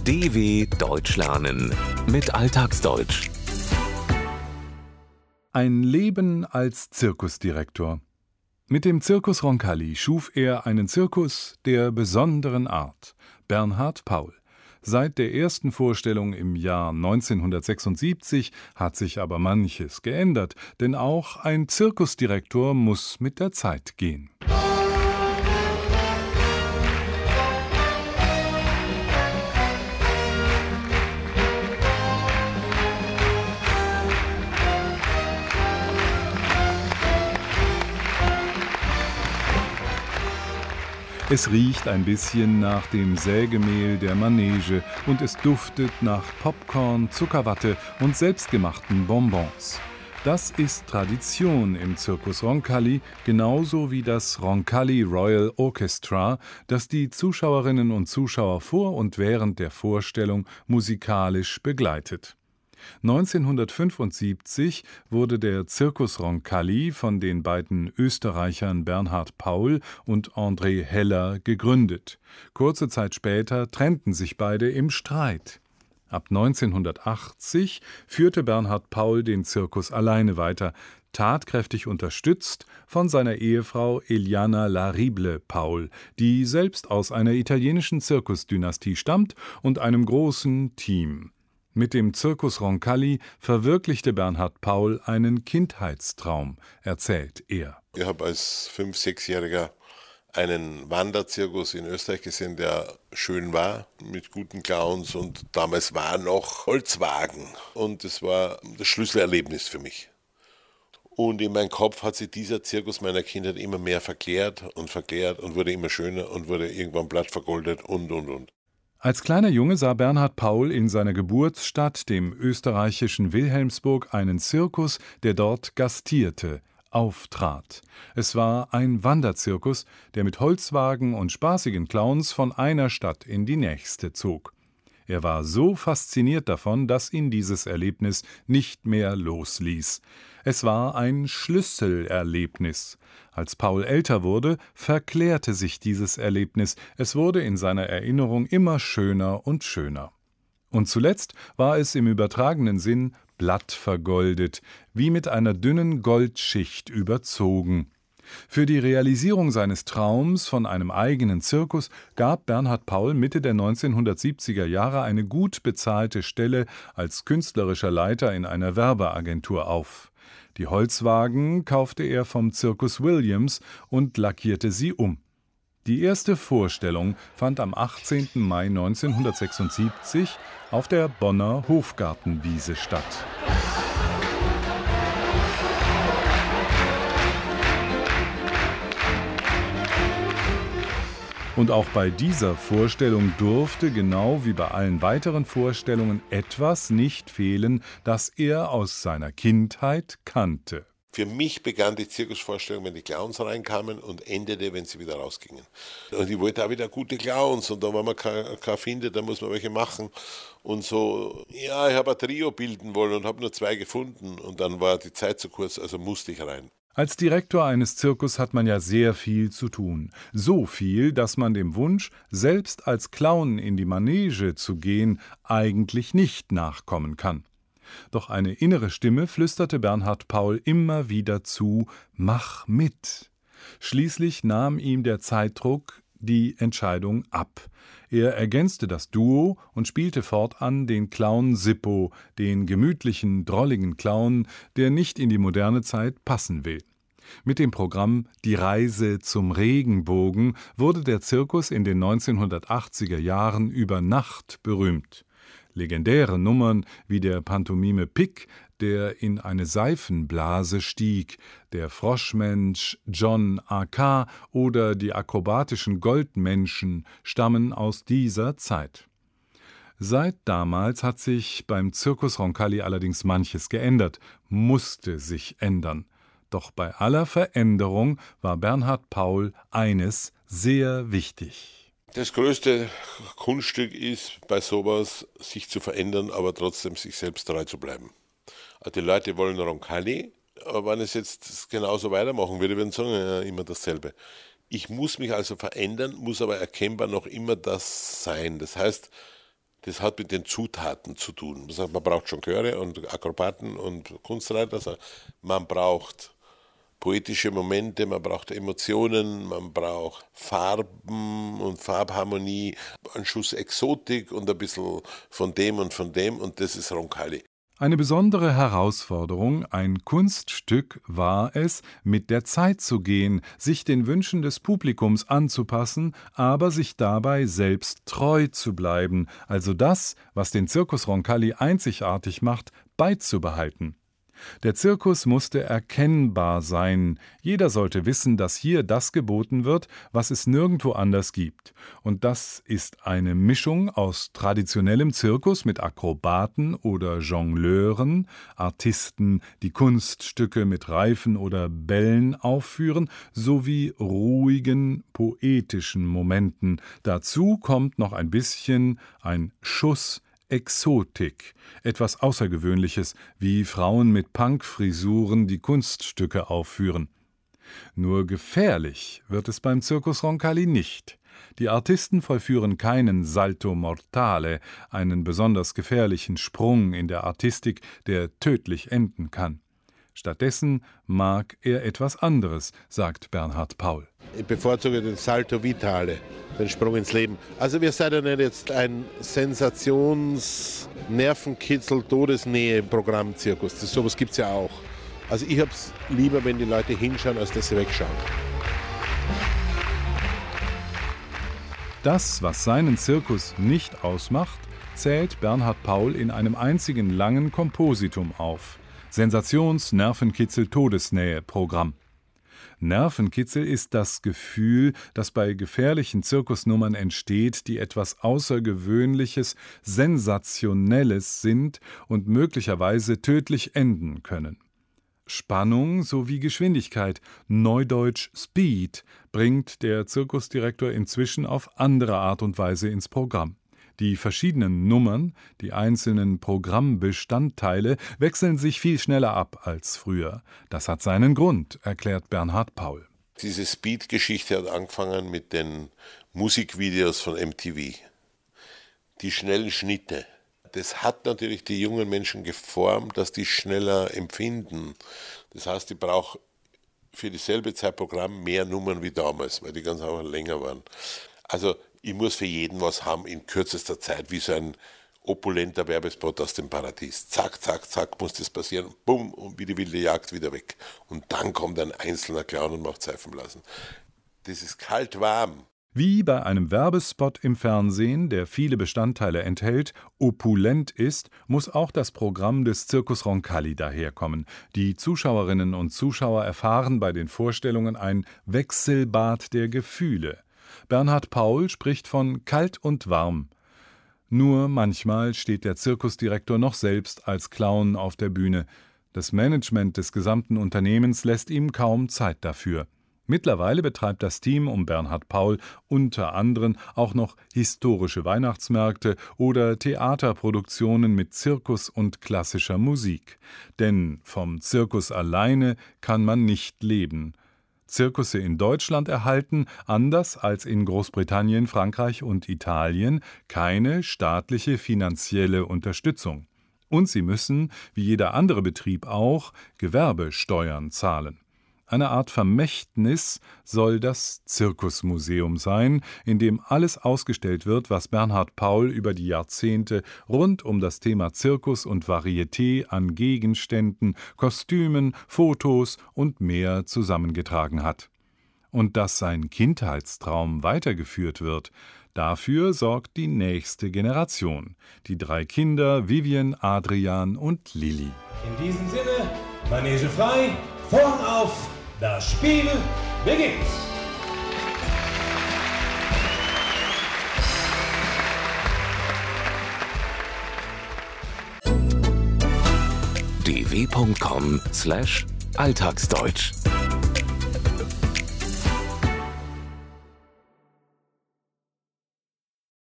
DW Deutsch lernen mit Alltagsdeutsch. Ein Leben als Zirkusdirektor. Mit dem Zirkus Roncalli schuf er einen Zirkus der besonderen Art. Bernhard Paul. Seit der ersten Vorstellung im Jahr 1976 hat sich aber manches geändert, denn auch ein Zirkusdirektor muss mit der Zeit gehen. Es riecht ein bisschen nach dem Sägemehl der Manege und es duftet nach Popcorn, Zuckerwatte und selbstgemachten Bonbons. Das ist Tradition im Zirkus Roncalli, genauso wie das Roncalli Royal Orchestra, das die Zuschauerinnen und Zuschauer vor und während der Vorstellung musikalisch begleitet. 1975 wurde der Zirkus Roncalli von den beiden Österreichern Bernhard Paul und André Heller gegründet. Kurze Zeit später trennten sich beide im Streit. Ab 1980 führte Bernhard Paul den Zirkus alleine weiter, tatkräftig unterstützt von seiner Ehefrau Eliana Larible Paul, die selbst aus einer italienischen Zirkusdynastie stammt und einem großen Team. Mit dem Zirkus Roncalli verwirklichte Bernhard Paul einen Kindheitstraum, erzählt er. Ich habe als 5-, 6-Jähriger einen Wanderzirkus in Österreich gesehen, der schön war, mit guten Clowns, und damals war noch Holzwagen, und das war das Schlüsselerlebnis für mich. Und in meinem Kopf hat sich dieser Zirkus meiner Kindheit immer mehr verklärt und wurde immer schöner und wurde irgendwann blattvergoldet und. Als kleiner Junge sah Bernhard Paul in seiner Geburtsstadt, dem österreichischen Wilhelmsburg, einen Zirkus, der dort gastierte, auftrat. Es war ein Wanderzirkus, der mit Holzwagen und spaßigen Clowns von einer Stadt in die nächste zog. Er war so fasziniert davon, dass ihn dieses Erlebnis nicht mehr losließ. Es war ein Schlüsselerlebnis. Als Paul älter wurde, verklärte sich dieses Erlebnis. Es wurde in seiner Erinnerung immer schöner und schöner. Und zuletzt war es im übertragenen Sinn blattvergoldet, wie mit einer dünnen Goldschicht überzogen. Für die Realisierung seines Traums von einem eigenen Zirkus gab Bernhard Paul Mitte der 1970er Jahre eine gut bezahlte Stelle als künstlerischer Leiter in einer Werbeagentur auf. Die Holzwagen kaufte er vom Zirkus Williams und lackierte sie um. Die erste Vorstellung fand am 18. Mai 1976 auf der Bonner Hofgartenwiese statt. Und auch bei dieser Vorstellung durfte, genau wie bei allen weiteren Vorstellungen, etwas nicht fehlen, das er aus seiner Kindheit kannte. Für mich begann die Zirkusvorstellung, wenn die Clowns reinkamen, und endete, wenn sie wieder rausgingen. Und ich wollte auch wieder gute Clowns, und dann, wenn man keine findet, dann muss man welche machen. Und so, ja, ich habe ein Trio bilden wollen und habe nur 2 gefunden, und dann war die Zeit zu kurz, also musste ich rein. Als Direktor eines Zirkus hat man ja sehr viel zu tun. So viel, dass man dem Wunsch, selbst als Clown in die Manege zu gehen, eigentlich nicht nachkommen kann. Doch eine innere Stimme flüsterte Bernhard Paul immer wieder zu: Mach mit! Schließlich nahm ihm der Zeitdruck die Entscheidung ab. Er ergänzte das Duo und spielte fortan den Clown Sippo, den gemütlichen, drolligen Clown, der nicht in die moderne Zeit passen will. Mit dem Programm »Die Reise zum Regenbogen« wurde der Zirkus in den 1980er Jahren über Nacht berühmt. Legendäre Nummern wie der Pantomime Pick, der in eine Seifenblase stieg, der Froschmensch John A.K. oder die akrobatischen Goldmenschen stammen aus dieser Zeit. Seit damals hat sich beim Zirkus Roncalli allerdings manches geändert, musste sich ändern. Doch bei aller Veränderung war Bernhard Paul eines sehr wichtig. Das größte Kunststück ist bei sowas, sich zu verändern, aber trotzdem sich selbst treu zu bleiben. Die Leute wollen Roncalli, aber wenn es jetzt genauso weitermachen würde, würden sie sagen, ja, immer dasselbe. Ich muss mich also verändern, muss aber erkennbar noch immer das sein. Das heißt, Das hat mit den Zutaten zu tun. Man braucht Jonglöre und Akrobaten und Kunstreiter. Also man braucht poetische Momente, man braucht Emotionen, man braucht Farben und Farbharmonie, einen Schuss Exotik und ein bisschen von dem und das ist Roncalli. Eine besondere Herausforderung, ein Kunststück war es, mit der Zeit zu gehen, sich den Wünschen des Publikums anzupassen, aber sich dabei selbst treu zu bleiben, also das, was den Zirkus Roncalli einzigartig macht, beizubehalten. Der Zirkus musste erkennbar sein. Jeder sollte wissen, dass hier das geboten wird, was es nirgendwo anders gibt. Und das ist eine Mischung aus traditionellem Zirkus mit Akrobaten oder Jongleuren, Artisten, die Kunststücke mit Reifen oder Bällen aufführen, sowie ruhigen, poetischen Momenten. Dazu kommt noch ein bisschen ein Schuss Exotik, etwas Außergewöhnliches, wie Frauen mit Punkfrisuren die Kunststücke aufführen. Nur gefährlich wird es beim Zirkus Roncalli nicht. Die Artisten vollführen keinen Salto Mortale, einen besonders gefährlichen Sprung in der Artistik, der tödlich enden kann. Stattdessen mag er etwas anderes, sagt Bernhard Paul. Ich bevorzuge den Salto Vitale, den Sprung ins Leben. Also wir seid ja nicht jetzt ein Sensations-Nervenkitzel-Todesnähe-Programm-Zirkus. Sowas gibt es ja auch. Also ich habe es lieber, wenn die Leute hinschauen, als dass sie wegschauen. Das, was seinen Zirkus nicht ausmacht, zählt Bernhard Paul in einem einzigen langen Kompositum auf. Sensations-Nervenkitzel-Todesnähe-Programm. Nervenkitzel ist das Gefühl, das bei gefährlichen Zirkusnummern entsteht, die etwas Außergewöhnliches, Sensationelles sind und möglicherweise tödlich enden können. Spannung sowie Geschwindigkeit, neudeutsch Speed, bringt der Zirkusdirektor inzwischen auf andere Art und Weise ins Programm. Die verschiedenen Nummern, die einzelnen Programmbestandteile wechseln sich viel schneller ab als früher. Das hat seinen Grund, erklärt Bernhard Paul. Diese Speed-Geschichte hat angefangen mit den Musikvideos von MTV. Die schnellen Schnitte. Das hat natürlich die jungen Menschen geformt, dass die schneller empfinden. Das heißt, ich brauche für dieselbe Zeit Programm mehr Nummern wie damals, weil die ganz einfach länger waren. Also ich muss für jeden was haben in kürzester Zeit, wie so ein opulenter Werbespot aus dem Paradies. Zack, zack, zack, muss das passieren. Bumm, und wie die wilde Jagd wieder weg. Und dann kommt ein einzelner Clown und macht Seifenblasen. Das ist kalt-warm. Wie bei einem Werbespot im Fernsehen, der viele Bestandteile enthält, opulent ist, muss auch das Programm des Zirkus Roncalli daherkommen. Die Zuschauerinnen und Zuschauer erfahren bei den Vorstellungen ein Wechselbad der Gefühle. Bernhard Paul spricht von kalt und warm. Nur manchmal steht der Zirkusdirektor noch selbst als Clown auf der Bühne. Das Management des gesamten Unternehmens lässt ihm kaum Zeit dafür. Mittlerweile betreibt das Team um Bernhard Paul unter anderem auch noch historische Weihnachtsmärkte oder Theaterproduktionen mit Zirkus und klassischer Musik. Denn vom Zirkus alleine kann man nicht leben. Zirkusse in Deutschland erhalten, anders als in Großbritannien, Frankreich und Italien, keine staatliche finanzielle Unterstützung. Und sie müssen, wie jeder andere Betrieb auch, Gewerbesteuern zahlen. Eine Art Vermächtnis soll das Zirkusmuseum sein, in dem alles ausgestellt wird, was Bernhard Paul über die Jahrzehnte rund um das Thema Zirkus und Varieté an Gegenständen, Kostümen, Fotos und mehr zusammengetragen hat. Und dass sein Kindheitstraum weitergeführt wird, dafür sorgt die nächste Generation. Die 3 Kinder Vivian, Adrian und Lilli. In diesem Sinne, Manege frei, Vorhang auf! Das Spiel beginnt! dw.com/alltagsdeutsch